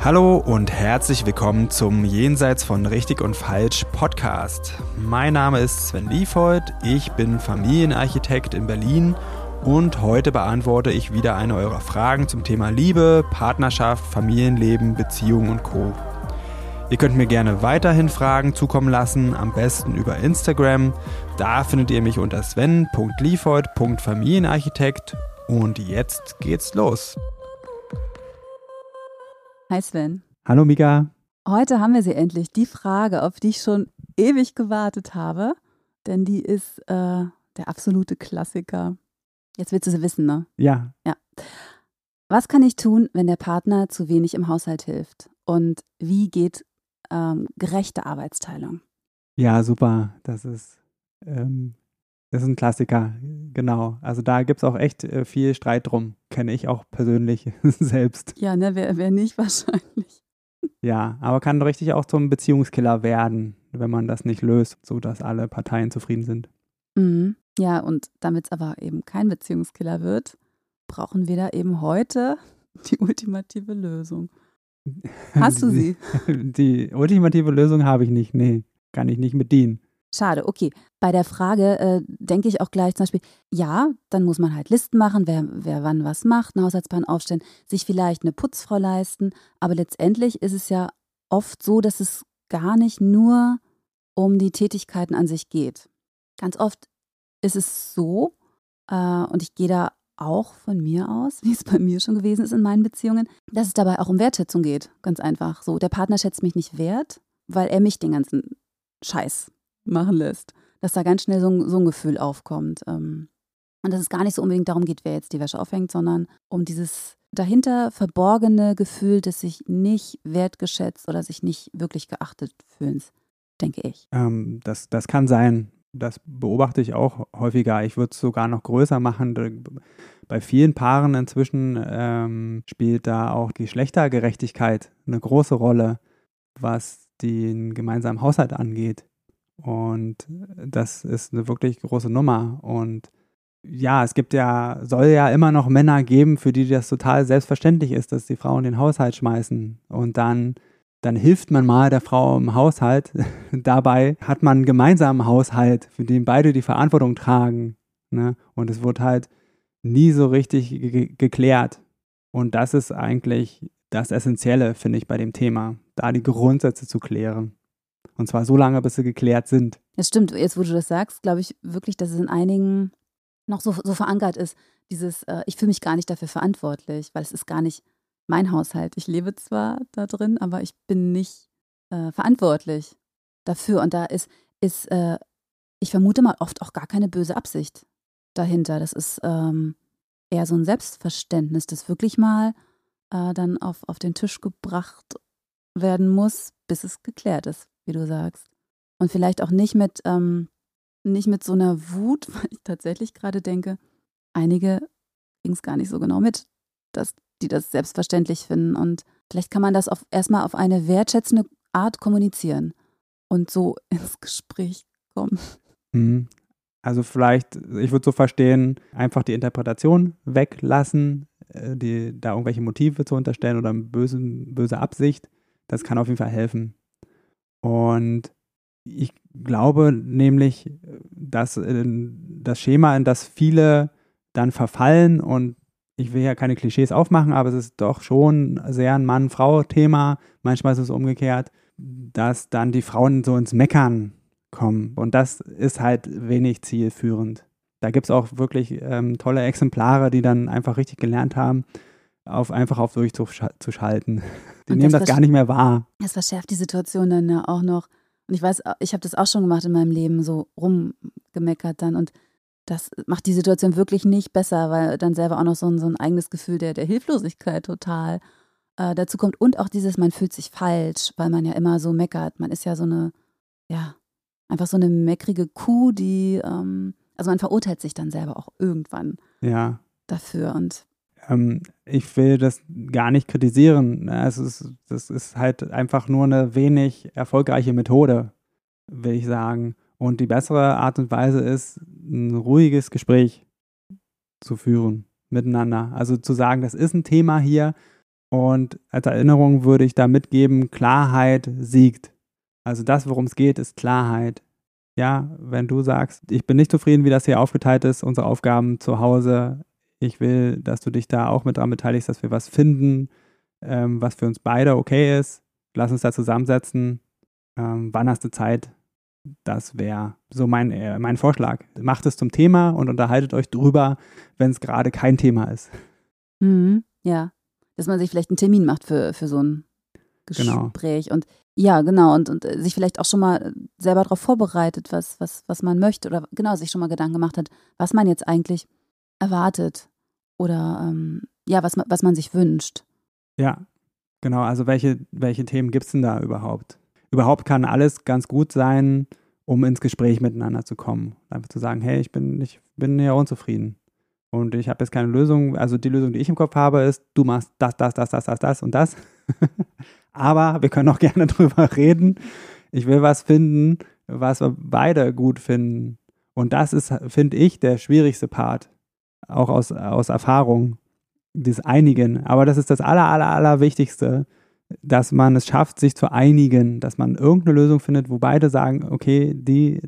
Hallo und herzlich willkommen zum Jenseits von Richtig und Falsch Podcast. Mein Name ist Sven Liefhold, ich bin Familienarchitekt in Berlin und heute beantworte ich wieder eine eurer Fragen zum Thema Liebe, Partnerschaft, Familienleben, Beziehungen und Co. Ihr könnt mir gerne weiterhin Fragen zukommen lassen, am besten über Instagram. Da findet ihr mich unter sven.liefhold.familienarchitekt und jetzt geht's los. Hi Sven. Hallo Mika. Heute haben wir sie endlich, die Frage, auf die ich schon ewig gewartet habe, denn die ist der absolute Klassiker. Jetzt willst du sie wissen, ne? Ja. Was kann ich tun, wenn der Partner zu wenig im Haushalt hilft? Und wie geht gerechte Arbeitsteilung? Ja, super. Das ist ein Klassiker, genau. Also da gibt es auch echt viel Streit drum. Kenne ich auch persönlich selbst. Ja, ne, wer nicht wahrscheinlich. Ja, aber kann richtig auch zum Beziehungskiller werden, wenn man das nicht löst, sodass alle Parteien zufrieden sind. Mhm. Ja, und damit es aber eben kein Beziehungskiller wird, brauchen wir da eben heute die ultimative Lösung. Hast du sie? Die ultimative Lösung habe ich nicht. Nee, kann ich nicht mit dienen. Schade, okay. Bei der Frage denke ich auch gleich zum Beispiel, ja, dann muss man halt Listen machen, wer wann was macht, einen Haushaltsplan aufstellen, sich vielleicht eine Putzfrau leisten. Aber letztendlich ist es ja oft so, dass es gar nicht nur um die Tätigkeiten an sich geht. Ganz oft ist es so, und ich gehe da auch von mir aus, wie es bei mir schon gewesen ist in meinen Beziehungen, dass es dabei auch um Wertschätzung geht. Ganz einfach so. Der Partner schätzt mich nicht wert, weil er mich den ganzen Scheiß machen lässt. Dass da ganz schnell so ein Gefühl aufkommt. Und dass es gar nicht so unbedingt darum geht, wer jetzt die Wäsche aufhängt, sondern um dieses dahinter verborgene Gefühl des sich nicht wertgeschätzt oder sich nicht wirklich geachtet fühlens, denke ich. Das kann sein. Das beobachte ich auch häufiger. Ich würde es sogar noch größer machen. Bei vielen Paaren inzwischen spielt da auch Geschlechtergerechtigkeit eine große Rolle, was den gemeinsamen Haushalt angeht. Und das ist eine wirklich große Nummer. Und ja, soll ja immer noch Männer geben, für die das total selbstverständlich ist, dass die Frauen den Haushalt schmeißen. Und dann hilft man mal der Frau im Haushalt. Dabei hat man einen gemeinsamen Haushalt, für den beide die Verantwortung tragen. Ne? Und es wird halt nie so richtig geklärt. Und das ist eigentlich das Essentielle, finde ich, bei dem Thema, da die Grundsätze zu klären. Und zwar so lange, bis sie geklärt sind. Das stimmt, jetzt wo du das sagst, glaube ich wirklich, dass es in einigen noch so verankert ist, dieses, ich fühle mich gar nicht dafür verantwortlich, weil es ist gar nicht mein Haushalt. Ich lebe zwar da drin, aber ich bin nicht verantwortlich dafür. Und da ist ich vermute mal, oft auch gar keine böse Absicht dahinter. Das ist eher so ein Selbstverständnis, das wirklich mal dann auf den Tisch gebracht werden muss, bis es geklärt ist, wie du sagst. Und vielleicht auch nicht mit so einer Wut, weil ich tatsächlich gerade denke, einige kriegen es gar nicht so genau mit, dass die das selbstverständlich finden. Und vielleicht kann man das erstmal auf eine wertschätzende Art kommunizieren und so ins Gespräch kommen. Also vielleicht, ich würde so verstehen, einfach die Interpretation weglassen, da irgendwelche Motive zu unterstellen oder eine böse Absicht. Das kann auf jeden Fall helfen. Und ich glaube nämlich, dass das Schema, in das viele dann verfallen, und ich will ja keine Klischees aufmachen, aber es ist doch schon sehr ein Mann-Frau-Thema, manchmal ist es umgekehrt, dass dann die Frauen so ins Meckern kommen. Und das ist halt wenig zielführend. Da gibt es auch wirklich tolle Exemplare, die dann einfach richtig gelernt haben, einfach auf Durchzug zu schalten. Die nehmen das gar nicht mehr wahr. Das verschärft die Situation dann ja auch noch. Und ich weiß, ich habe das auch schon gemacht in meinem Leben, so rumgemeckert dann. Und das macht die Situation wirklich nicht besser, weil dann selber auch noch so ein eigenes Gefühl der Hilflosigkeit total dazu kommt. Und auch dieses, man fühlt sich falsch, weil man ja immer so meckert. Man ist ja einfach so eine meckrige Kuh, die, also man verurteilt sich dann selber auch irgendwann dafür. Und ich will das gar nicht kritisieren. Das ist halt einfach nur eine wenig erfolgreiche Methode, will ich sagen. Und die bessere Art und Weise ist, ein ruhiges Gespräch zu führen miteinander. Also zu sagen, das ist ein Thema hier Und als Erinnerung würde ich da mitgeben, Klarheit siegt. Also das, worum es geht, ist Klarheit. Ja, wenn du sagst, ich bin nicht zufrieden, wie das hier aufgeteilt ist, unsere Aufgaben zu Hause, ich will, dass du dich da auch mit dran beteiligst, dass wir was finden, was für uns beide okay ist. Lass uns da zusammensetzen. Wann hast du Zeit? Das wäre so mein Vorschlag. Macht es zum Thema und unterhaltet euch drüber, wenn es gerade kein Thema ist. Ja, dass man sich vielleicht einen Termin macht für so ein Gespräch. Genau. Und ja, genau, und sich vielleicht auch schon mal selber darauf vorbereitet, was man möchte oder genau, sich schon mal Gedanken gemacht hat, was man jetzt eigentlich erwartet oder was man sich wünscht. Ja, genau. Also welche Themen gibt es denn da überhaupt? Überhaupt kann alles ganz gut sein, um ins Gespräch miteinander zu kommen. Einfach zu sagen, hey, ich bin ja unzufrieden. Und ich habe jetzt keine Lösung. Also die Lösung, die ich im Kopf habe, ist, du machst das und das. Aber wir können auch gerne drüber reden. Ich will was finden, was wir beide gut finden. Und das ist, finde ich, der schwierigste Part. Auch aus Erfahrung. Das Einigen. Aber das ist das Allerwichtigste, dass man es schafft, sich zu einigen, dass man irgendeine Lösung findet, wo beide sagen, okay, die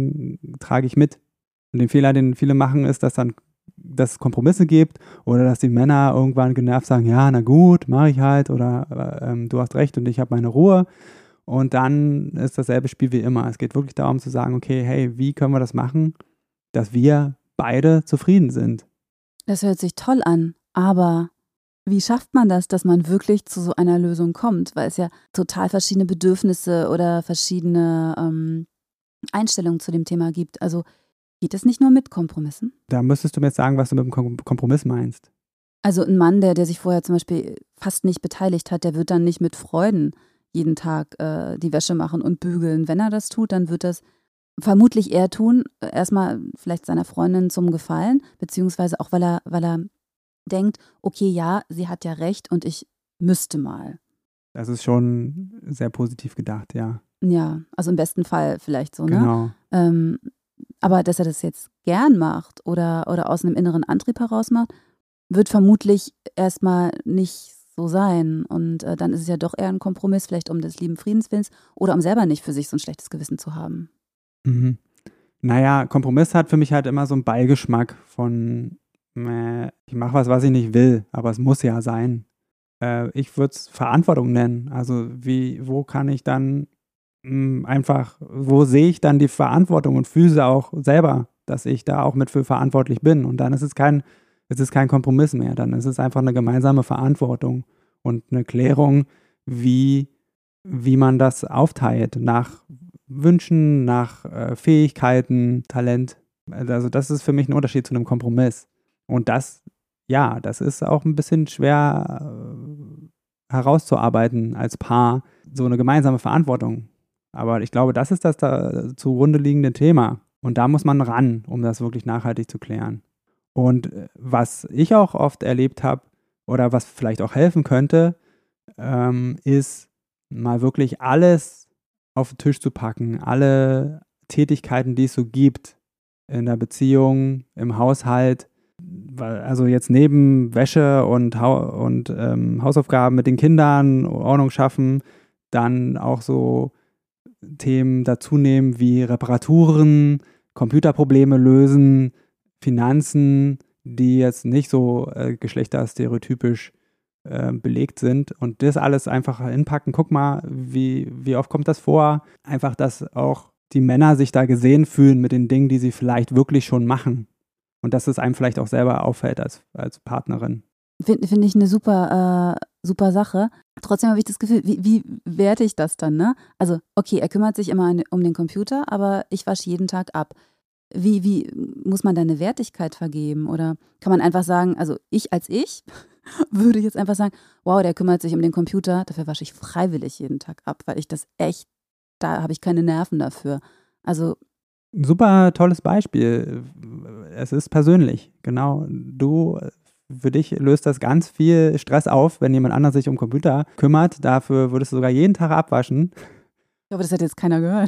trage ich mit. Und den Fehler, den viele machen, ist, dass es Kompromisse gibt oder dass die Männer irgendwann genervt sagen, ja, na gut, mache ich halt oder du hast recht und ich habe meine Ruhe. Und dann ist dasselbe Spiel wie immer. Es geht wirklich darum zu sagen, okay, hey, wie können wir das machen, dass wir beide zufrieden sind? Das hört sich toll an, aber wie schafft man das, dass man wirklich zu so einer Lösung kommt? Weil es ja total verschiedene Bedürfnisse oder verschiedene Einstellungen zu dem Thema gibt. Also geht es nicht nur mit Kompromissen? Da müsstest du mir jetzt sagen, was du mit dem Kompromiss meinst. Also ein Mann, der sich vorher zum Beispiel fast nicht beteiligt hat, der wird dann nicht mit Freuden jeden Tag die Wäsche machen und bügeln. Wenn er das tut, dann wird das vermutlich eher tun, erstmal vielleicht seiner Freundin zum Gefallen, beziehungsweise auch, weil er denkt, okay, ja, sie hat ja recht und ich müsste mal. Das ist schon sehr positiv gedacht, ja. Ja, also im besten Fall vielleicht so, ne? Genau. Aber dass er das jetzt gern macht oder aus einem inneren Antrieb heraus macht, wird vermutlich erstmal nicht so sein. Und dann ist es ja doch eher ein Kompromiss, vielleicht um des lieben Friedenswillens oder um selber nicht für sich so ein schlechtes Gewissen zu haben. Mhm. Naja, Kompromiss hat für mich halt immer so einen Beigeschmack von, ich mache was ich nicht will, aber es muss ja sein. Ich würde es Verantwortung nennen. Also wo kann ich dann wo sehe ich dann die Verantwortung und fühle auch selber, dass ich da auch mit für verantwortlich bin. Und dann ist es kein Kompromiss mehr. Dann ist es einfach eine gemeinsame Verantwortung und eine Klärung, wie man das aufteilt nach Wünschen, nach Fähigkeiten, Talent. Also das ist für mich ein Unterschied zu einem Kompromiss. Und das ist auch ein bisschen schwer herauszuarbeiten als Paar, so eine gemeinsame Verantwortung. Aber ich glaube, das ist das da zugrunde liegende Thema. Und da muss man ran, um das wirklich nachhaltig zu klären. Und was ich auch oft erlebt habe oder was vielleicht auch helfen könnte, ist mal wirklich alles auf den Tisch zu packen. Alle Tätigkeiten, die es so gibt in der Beziehung, im Haushalt. Also jetzt neben Wäsche und Hausaufgaben mit den Kindern, Ordnung schaffen, dann auch so Themen dazu nehmen wie Reparaturen, Computerprobleme lösen, Finanzen, die jetzt nicht so geschlechterstereotypisch belegt sind und das alles einfach hinpacken. Guck mal, wie oft kommt das vor? Einfach, dass auch die Männer sich da gesehen fühlen mit den Dingen, die sie vielleicht wirklich schon machen und dass es einem vielleicht auch selber auffällt als Partnerin. Finde ich eine super Sache. Trotzdem habe ich das Gefühl, wie werte ich das dann, ne? Also, okay, er kümmert sich immer um den Computer, aber ich wasche jeden Tag ab. Wie muss man da eine Wertigkeit vergeben? Oder kann man einfach sagen, also ich als ich würde jetzt einfach sagen, wow, der kümmert sich um den Computer, dafür wasche ich freiwillig jeden Tag ab, weil ich das echt, da habe ich keine Nerven dafür. Also super tolles Beispiel. Es ist persönlich. Genau. Für dich löst das ganz viel Stress auf, wenn jemand anderes sich um Computer kümmert. Dafür würdest du sogar jeden Tag abwaschen. Ich glaube, das hat jetzt keiner gehört.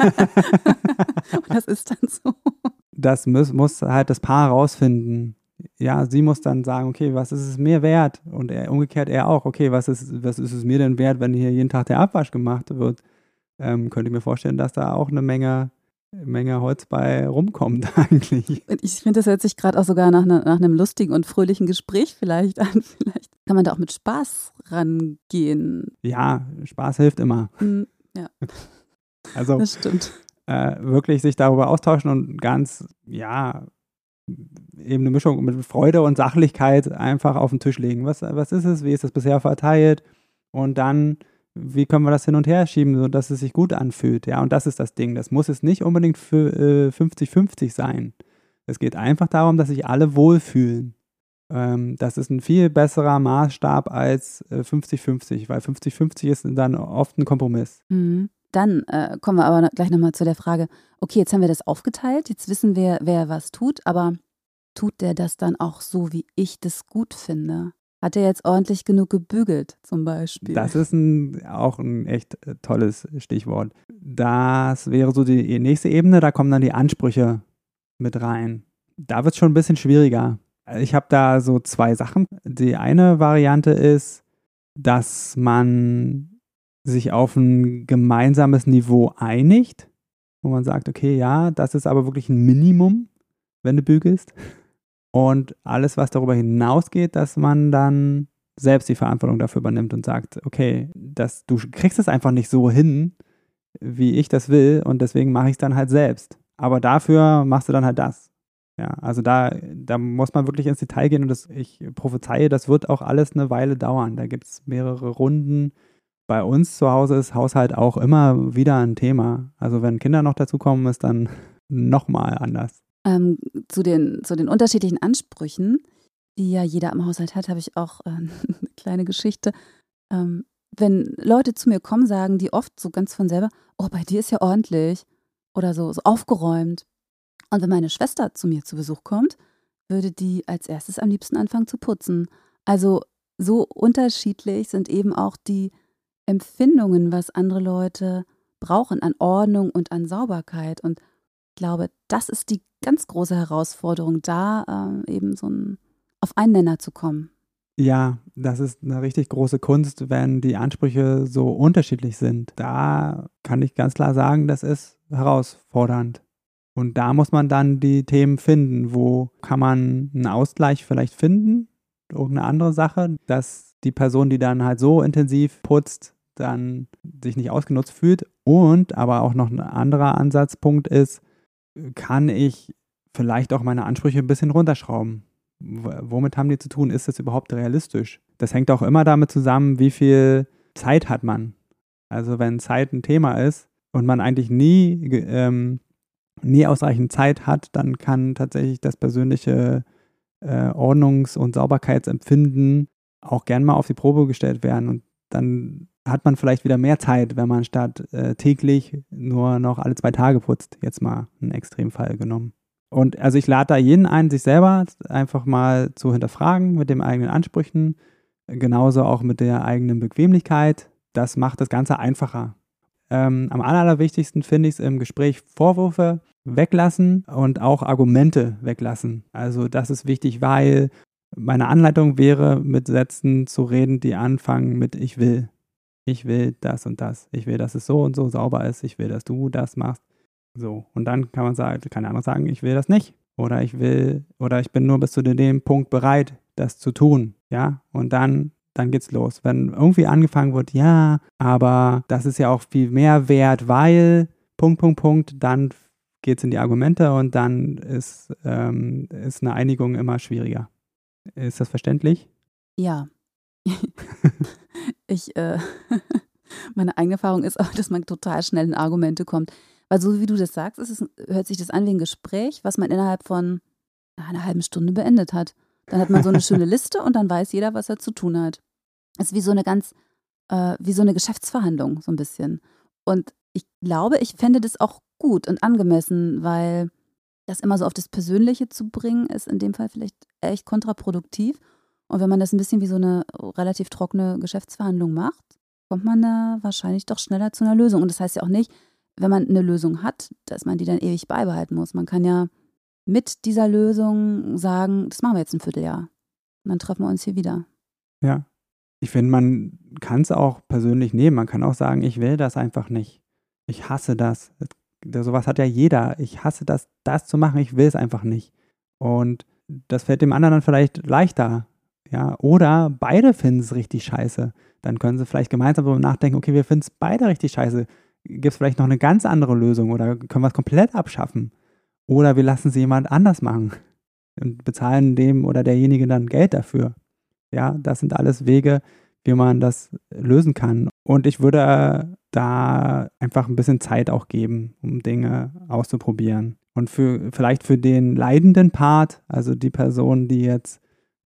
Und das ist dann so. Das muss halt das Paar herausfinden. ja, sie muss dann sagen, okay, was ist es mir wert? Und umgekehrt er auch, okay, was ist es mir denn wert, wenn hier jeden Tag der Abwasch gemacht wird? Könnte ich mir vorstellen, dass da auch eine Menge Holz bei rumkommt eigentlich. Und ich finde, das hört sich gerade auch sogar nach einem lustigen und fröhlichen Gespräch vielleicht an. Vielleicht kann man da auch mit Spaß rangehen. Ja, Spaß hilft immer. Ja, also das stimmt. Wirklich sich darüber austauschen und ganz, ja, eben eine Mischung mit Freude und Sachlichkeit einfach auf den Tisch legen. Was ist es? Wie ist es bisher verteilt? Und dann, wie können wir das hin und her schieben, sodass es sich gut anfühlt? Ja, und das ist das Ding. Das muss es nicht unbedingt für 50-50 sein. Es geht einfach darum, dass sich alle wohlfühlen. Das ist ein viel besserer Maßstab als 50-50, weil 50-50 ist dann oft ein Kompromiss. Mhm. Dann kommen wir aber gleich nochmal zu der Frage, okay, jetzt haben wir das aufgeteilt, jetzt wissen wir, wer was tut, aber tut der das dann auch so, wie ich das gut finde? Hat er jetzt ordentlich genug gebügelt zum Beispiel? Das ist auch ein echt tolles Stichwort. Das wäre so die nächste Ebene, da kommen dann die Ansprüche mit rein. Da wird es schon ein bisschen schwieriger. Ich habe da so 2 Sachen. Die eine Variante ist, dass man sich auf ein gemeinsames Niveau einigt, wo man sagt, okay, ja, das ist aber wirklich ein Minimum, wenn du bügelst. Und alles, was darüber hinausgeht, dass man dann selbst die Verantwortung dafür übernimmt und sagt, okay, du kriegst es einfach nicht so hin, wie ich das will und deswegen mache ich es dann halt selbst. Aber dafür machst du dann halt das. Ja, also da muss man wirklich ins Detail gehen und ich prophezeie, das wird auch alles eine Weile dauern. Da gibt es mehrere Runden. Bei uns zu Hause ist Haushalt auch immer wieder ein Thema. Also wenn Kinder noch dazukommen, ist dann nochmal anders. Zu den unterschiedlichen Ansprüchen, die ja jeder im Haushalt hat, habe ich auch eine kleine Geschichte. Wenn Leute zu mir kommen, sagen die oft so ganz von selber, oh, bei dir ist ja ordentlich oder so aufgeräumt. Und wenn meine Schwester zu mir zu Besuch kommt, würde die als erstes am liebsten anfangen zu putzen. Also so unterschiedlich sind eben auch die Empfindungen, was andere Leute brauchen an Ordnung und an Sauberkeit. Und ich glaube, das ist die ganz große Herausforderung, da eben auf einen Nenner zu kommen. Ja, das ist eine richtig große Kunst, wenn die Ansprüche so unterschiedlich sind. Da kann ich ganz klar sagen, das ist herausfordernd. Und da muss man dann die Themen finden. Wo kann man einen Ausgleich vielleicht finden? Irgendeine andere Sache, dass die Person, die dann halt so intensiv putzt, dann sich nicht ausgenutzt fühlt. Und aber auch noch ein anderer Ansatzpunkt ist, kann ich vielleicht auch meine Ansprüche ein bisschen runterschrauben? Womit haben die zu tun? Ist das überhaupt realistisch? Das hängt auch immer damit zusammen, wie viel Zeit hat man. Also wenn Zeit ein Thema ist und man eigentlich nie ausreichend Zeit hat, dann kann tatsächlich das persönliche Ordnungs- und Sauberkeitsempfinden auch gern mal auf die Probe gestellt werden. Und dann hat man vielleicht wieder mehr Zeit, wenn man statt täglich nur noch alle 2 Tage putzt. Jetzt mal einen Extremfall genommen. Und also ich lade da jeden ein, sich selber einfach mal zu hinterfragen mit den eigenen Ansprüchen, genauso auch mit der eigenen Bequemlichkeit. Das macht das Ganze einfacher. Am allerwichtigsten finde ich es im Gespräch Vorwürfe weglassen und auch Argumente weglassen. Also das ist wichtig, weil meine Anleitung wäre, mit Sätzen zu reden, die anfangen mit ich will. Ich will das und das. Ich will, dass es so und so sauber ist. Ich will, dass du das machst. So. Und dann kann der andere sagen, ich will das nicht. Oder ich bin nur bis zu dem Punkt bereit, das zu tun. Ja. Und dann geht's los. Wenn irgendwie angefangen wird, ja, aber das ist ja auch viel mehr wert, weil dann geht's in die Argumente und dann ist eine Einigung immer schwieriger. Ist das verständlich? Ja. Meine eigene Erfahrung ist auch, dass man total schnell in Argumente kommt. Weil so wie du das sagst, hört sich das an wie ein Gespräch, was man innerhalb von einer halben Stunde beendet hat. Dann hat man so eine schöne Liste und dann weiß jeder, was er zu tun hat. Es ist wie so eine Geschäftsverhandlung, so ein bisschen. Und ich glaube, ich fände das auch gut und angemessen, weil das immer so auf das Persönliche zu bringen, ist in dem Fall vielleicht echt kontraproduktiv. Und wenn man das ein bisschen wie so eine relativ trockene Geschäftsverhandlung macht, kommt man da wahrscheinlich doch schneller zu einer Lösung. Und das heißt ja auch nicht, wenn man eine Lösung hat, dass man die dann ewig beibehalten muss. Man kann ja mit dieser Lösung sagen, das machen wir jetzt ein Vierteljahr. Und dann treffen wir uns hier wieder. Ja. Ich finde, man kann es auch persönlich nehmen. Man kann auch sagen, ich will das einfach nicht. Ich hasse das. Sowas hat ja jeder. Ich hasse das zu machen. Ich will es einfach nicht. Und das fällt dem anderen dann vielleicht leichter. Ja, oder beide finden es richtig scheiße. Dann können sie vielleicht gemeinsam darüber nachdenken, okay, wir finden es beide richtig scheiße. Gibt es vielleicht noch eine ganz andere Lösung oder können wir es komplett abschaffen? Oder wir lassen es jemand anders machen und bezahlen dem oder derjenige dann Geld dafür. Ja, das sind alles Wege, wie man das lösen kann. Und ich würde da einfach ein bisschen Zeit auch geben, um Dinge auszuprobieren. Und vielleicht für den leidenden Part, also die Person, die jetzt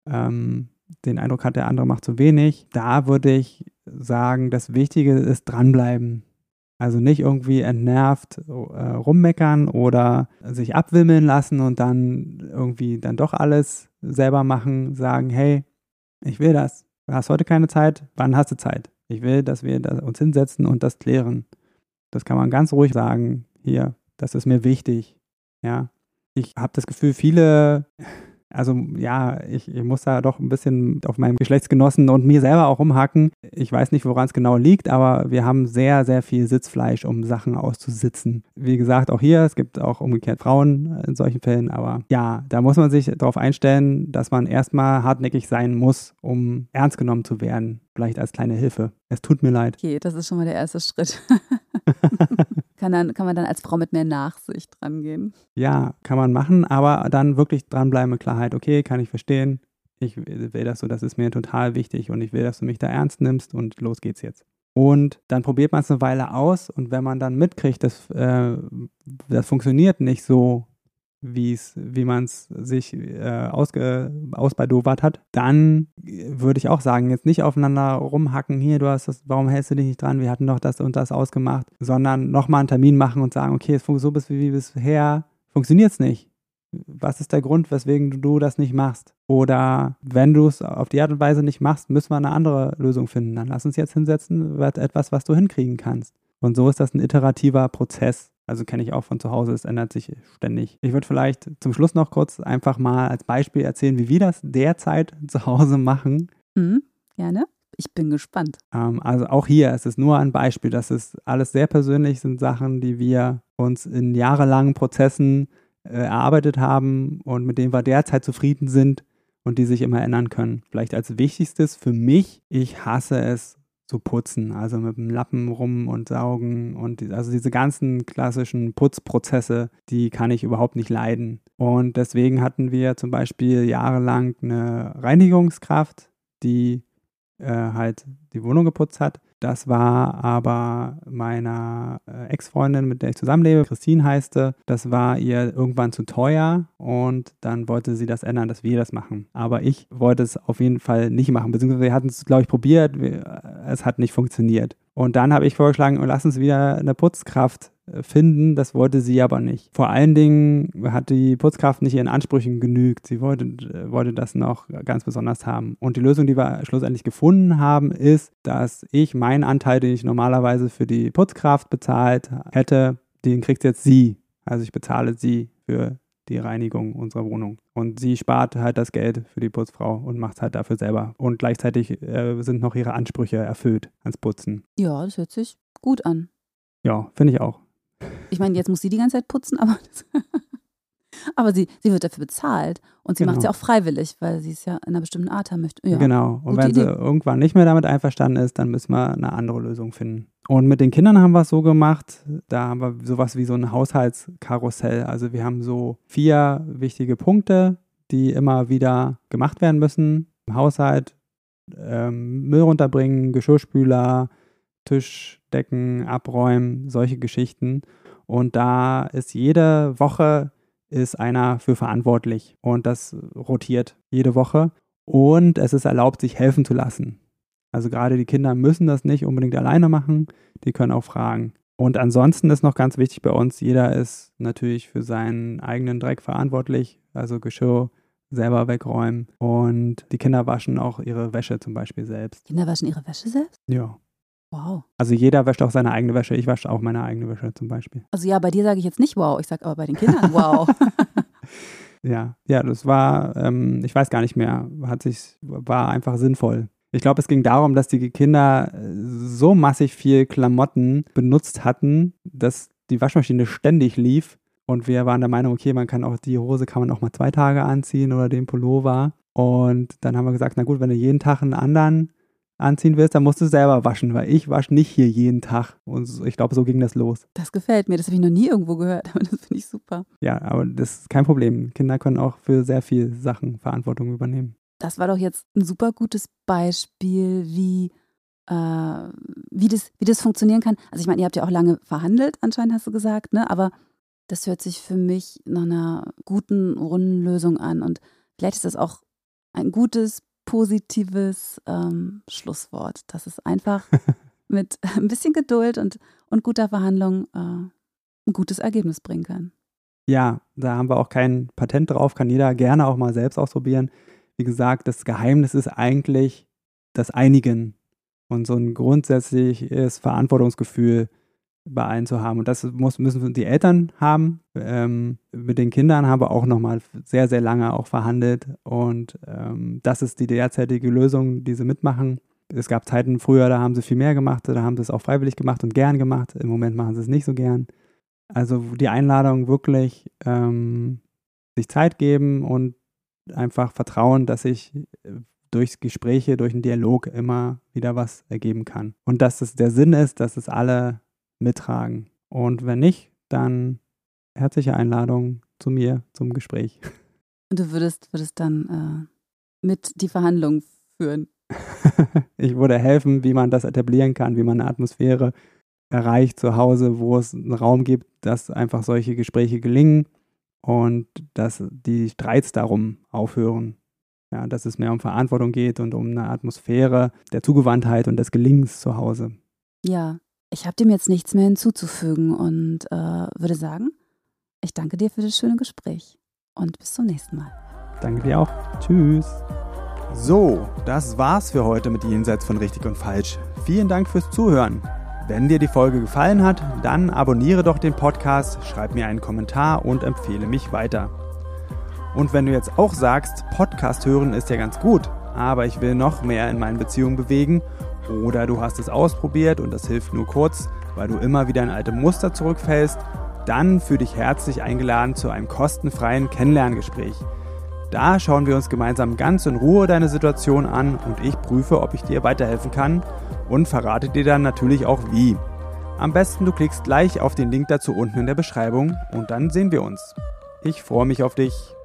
den Eindruck hat, der andere macht zu wenig, da würde ich sagen, das Wichtige ist dranbleiben. Also nicht irgendwie entnervt rummeckern oder sich abwimmeln lassen und dann irgendwie dann doch alles selber machen, sagen, hey, ich will das. Du hast heute keine Zeit, wann hast du Zeit? Ich will, dass wir uns hinsetzen und das klären. Das kann man ganz ruhig sagen, hier, das ist mir wichtig. Ja, ich habe das Gefühl, viele, also ja, ich muss da doch ein bisschen auf meinem Geschlechtsgenossen und mir selber auch rumhacken. Ich weiß nicht, woran es genau liegt, aber wir haben sehr, sehr viel Sitzfleisch, um Sachen auszusitzen. Wie gesagt, auch hier, es gibt auch umgekehrt Frauen in solchen Fällen, aber ja, da muss man sich darauf einstellen, dass man erstmal hartnäckig sein muss, um ernst genommen zu werden. Vielleicht als kleine Hilfe. Es tut mir leid. Okay, das ist schon mal der erste Schritt. Kann man dann als Frau mit mehr Nachsicht rangehen? Ja, kann man machen, aber dann wirklich dranbleiben mit Klarheit. Okay, kann ich verstehen. Ich will das so, das ist mir total wichtig und ich will, dass du mich da ernst nimmst und los geht's jetzt. Und dann probiert man es eine Weile aus und wenn man dann mitkriegt, das funktioniert nicht so, wie man es sich ausbaldowert hat, dann würde ich auch sagen, jetzt nicht aufeinander rumhacken, hier, du hast das, warum hältst du dich nicht dran, wir hatten doch das und das ausgemacht, sondern nochmal einen Termin machen und sagen, okay, so bist wie bisher, funktioniert es nicht. Was ist der Grund, weswegen du das nicht machst? Oder wenn du es auf die Art und Weise nicht machst, müssen wir eine andere Lösung finden. Dann lass uns jetzt hinsetzen, wird etwas, was du hinkriegen kannst. Und so ist das ein iterativer Prozess. Also kenne ich auch von zu Hause, es ändert sich ständig. Ich würde vielleicht zum Schluss noch kurz einfach mal als Beispiel erzählen, wie wir das derzeit zu Hause machen. Gerne. Ich bin gespannt. Also auch hier, es ist nur ein Beispiel. Das ist alles sehr persönlich, sind Sachen, die wir uns in jahrelangen Prozessen erarbeitet haben und mit denen wir derzeit zufrieden sind und die sich immer ändern können. Vielleicht als wichtigstes für mich, ich hasse es zu putzen, also mit dem Lappen rum und saugen und also diese ganzen klassischen Putzprozesse, die kann ich überhaupt nicht leiden. Und deswegen hatten wir zum Beispiel jahrelang eine Reinigungskraft, die halt die Wohnung geputzt hat. Das war aber meiner Ex-Freundin, mit der ich zusammenlebe, Christine heißt sie, das war ihr irgendwann zu teuer und dann wollte sie das ändern, dass wir das machen. Aber ich wollte es auf jeden Fall nicht machen, beziehungsweise wir hatten es, glaube ich, probiert, es hat nicht funktioniert. Und dann habe ich vorgeschlagen, lass uns wieder eine Putzkraft finden, das wollte sie aber nicht. Vor allen Dingen hat die Putzkraft nicht ihren Ansprüchen genügt. Sie wollte das noch ganz besonders haben. Und die Lösung, die wir schlussendlich gefunden haben, ist, dass ich meinen Anteil, den ich normalerweise für die Putzkraft bezahlt hätte, den kriegt jetzt sie. Also ich bezahle sie für die Reinigung unserer Wohnung. Und sie spart halt das Geld für die Putzfrau und macht es halt dafür selber. Und gleichzeitig sind noch ihre Ansprüche erfüllt ans Putzen. Ja, das hört sich gut an. Ja, finde ich auch. Ich meine, jetzt muss sie die ganze Zeit putzen, aber sie wird dafür bezahlt und sie macht es ja auch freiwillig, weil sie es ja in einer bestimmten Art haben möchte. Ja, genau. Und wenn sie irgendwann nicht mehr damit einverstanden ist, dann müssen wir eine andere Lösung finden. Und mit den Kindern haben wir es so gemacht, da haben wir sowas wie so ein Haushaltskarussell. Also wir haben so 4 wichtige Punkte, die immer wieder gemacht werden müssen. Im Haushalt, Müll runterbringen, Geschirrspüler, Tischdecken, abräumen, solche Geschichten. Und da ist jede Woche einer für verantwortlich und das rotiert jede Woche und es ist erlaubt, sich helfen zu lassen. Also gerade die Kinder müssen das nicht unbedingt alleine machen, die können auch fragen. Und ansonsten ist noch ganz wichtig bei uns, jeder ist natürlich für seinen eigenen Dreck verantwortlich, also Geschirr selber wegräumen und die Kinder waschen auch ihre Wäsche zum Beispiel selbst. Kinder waschen ihre Wäsche selbst? Ja. Wow. Also jeder wäscht auch seine eigene Wäsche. Ich wasche auch meine eigene Wäsche zum Beispiel. Also ja, bei dir sage ich jetzt nicht wow, ich sage aber bei den Kindern wow. Ja, das war, ich weiß gar nicht mehr, war einfach sinnvoll. Ich glaube, es ging darum, dass die Kinder so massig viel Klamotten benutzt hatten, dass die Waschmaschine ständig lief und wir waren der Meinung, okay, die Hose kann man auch mal 2 Tage anziehen oder den Pullover. Und dann haben wir gesagt, na gut, wenn du jeden Tag einen anderen anziehen willst, dann musst du selber waschen, weil ich wasche nicht hier jeden Tag. Und ich glaube, so ging das los. Das gefällt mir, das habe ich noch nie irgendwo gehört, aber das finde ich super. Ja, aber das ist kein Problem. Kinder können auch für sehr viele Sachen Verantwortung übernehmen. Das war doch jetzt ein super gutes Beispiel, wie das funktionieren kann. Also ich meine, ihr habt ja auch lange verhandelt, anscheinend hast du gesagt, ne? Aber das hört sich für mich nach einer guten, runden Lösung an. Und vielleicht ist das auch ein gutes, positives Schlusswort, dass es einfach mit ein bisschen Geduld und guter Verhandlung ein gutes Ergebnis bringen kann. Ja, da haben wir auch kein Patent drauf, kann jeder gerne auch mal selbst ausprobieren. Wie gesagt, das Geheimnis ist eigentlich das Einigen und so ein grundsätzliches Verantwortungsgefühl bei allen zu haben. Und das müssen die Eltern haben. Mit den Kindern haben wir auch nochmal sehr, sehr lange auch verhandelt. Und das ist die derzeitige Lösung, die sie mitmachen. Es gab Zeiten früher, da haben sie viel mehr gemacht, da haben sie es auch freiwillig gemacht und gern gemacht. Im Moment machen sie es nicht so gern. Also die Einladung wirklich sich Zeit geben und einfach vertrauen, dass sich durch Gespräche, durch einen Dialog immer wieder was ergeben kann. Und dass es der Sinn ist, dass es alle mittragen. Und wenn nicht, dann herzliche Einladung zu mir zum Gespräch. Und du würdest dann mit die Verhandlungen führen? Ich würde helfen, wie man das etablieren kann, wie man eine Atmosphäre erreicht zu Hause, wo es einen Raum gibt, dass einfach solche Gespräche gelingen und dass die Streits darum aufhören. Ja, dass es mehr um Verantwortung geht und um eine Atmosphäre der Zugewandtheit und des Gelingens zu Hause. Ja, ich habe dem jetzt nichts mehr hinzuzufügen und würde sagen, ich danke dir für das schöne Gespräch und bis zum nächsten Mal. Danke dir auch. Tschüss. So, das war's für heute mit Jenseits von Richtig und Falsch. Vielen Dank fürs Zuhören. Wenn dir die Folge gefallen hat, dann abonniere doch den Podcast, schreib mir einen Kommentar und empfehle mich weiter. Und wenn du jetzt auch sagst, Podcast hören ist ja ganz gut, aber ich will noch mehr in meinen Beziehungen bewegen, oder du hast es ausprobiert und das hilft nur kurz, weil du immer wieder in alte Muster zurückfällst, dann fühl dich herzlich eingeladen zu einem kostenfreien Kennenlerngespräch. Da schauen wir uns gemeinsam ganz in Ruhe deine Situation an und ich prüfe, ob ich dir weiterhelfen kann und verrate dir dann natürlich auch wie. Am besten du klickst gleich auf den Link dazu unten in der Beschreibung und dann sehen wir uns. Ich freue mich auf dich.